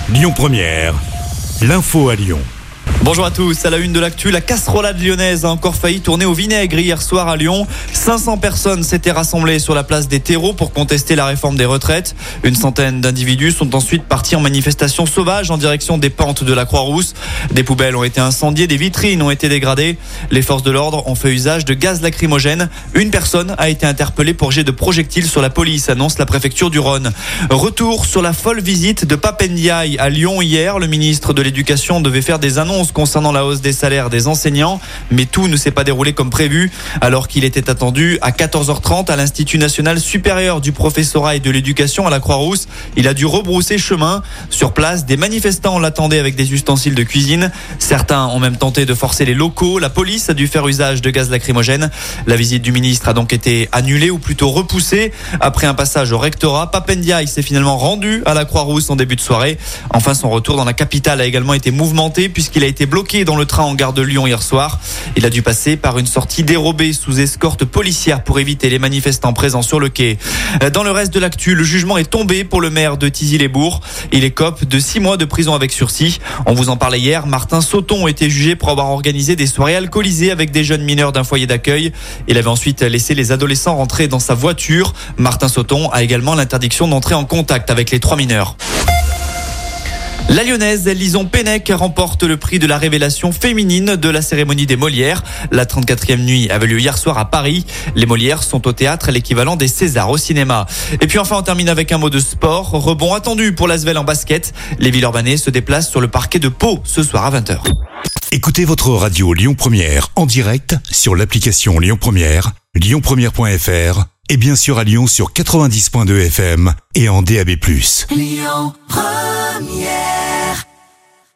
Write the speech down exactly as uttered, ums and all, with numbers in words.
Lyon Première, l'info à Lyon. Bonjour à tous, à la une de l'actu, la casserolade lyonnaise a encore failli tourner au vinaigre hier soir à Lyon. cinq cents personnes s'étaient rassemblées sur la place des terreaux pour contester la réforme des retraites. Une centaine d'individus sont ensuite partis en manifestation sauvage en direction des pentes de la Croix-Rousse. Des poubelles ont été incendiées, des vitrines ont été dégradées. Les forces de l'ordre ont fait usage de gaz lacrymogène. Une personne a été interpellée pour jet de projectiles sur la police, annonce la préfecture du Rhône. Retour sur la folle visite de Pape Ndiaye à Lyon hier. Le ministre de l'Éducation devait faire des annonces concernant la hausse des salaires des enseignants, mais tout ne s'est pas déroulé comme prévu, alors qu'il était attendu à quatorze heures trente à l'Institut national supérieur du professorat et de l'éducation à la Croix-Rousse. Il a dû rebrousser chemin. Sur place, des manifestants l'attendaient avec des ustensiles de cuisine. Certains ont même tenté de forcer les locaux. La police a dû faire usage de gaz lacrymogène. La visite du ministre a donc été annulée ou plutôt repoussée. Après un passage au rectorat, Pape Ndiaye s'est finalement rendu à la Croix-Rousse en début de soirée. Enfin, son retour dans la capitale a également été mouvementé puisqu'il a été bloqué dans le train en gare de Lyon hier soir. Il a dû passer par une sortie dérobée sous escorte policière pour éviter les manifestants présents sur le quai. Dans le reste de l'actu, le jugement est tombé pour le maire de Thizy-les-Bourgs. Il écope de six mois de prison avec sursis. On vous en parlait hier, Martin Sauton a été jugé pour avoir organisé des soirées alcoolisées avec des jeunes mineurs d'un foyer d'accueil. Il avait ensuite laissé les adolescents rentrer dans sa voiture. Martin Sauton a également l'interdiction d'entrer en contact avec les trois mineurs. La Lyonnaise Lison Pennec remporte le prix de la révélation féminine de la cérémonie des Molières. La trente-quatrième nuit avait lieu hier soir à Paris. Les Molières sont au théâtre, l'équivalent des Césars au cinéma. Et puis enfin, on termine avec un mot de sport. Rebond attendu pour l'Asvel en basket. Les Villeurbanais se déplacent sur le parquet de Pau ce soir à vingt heures. Écoutez votre radio Lyon Première en direct sur l'application Lyon Première, lyon première point f r et bien sûr à Lyon sur quatre-vingt-dix point deux F M et en D A B plus. Lyon Première.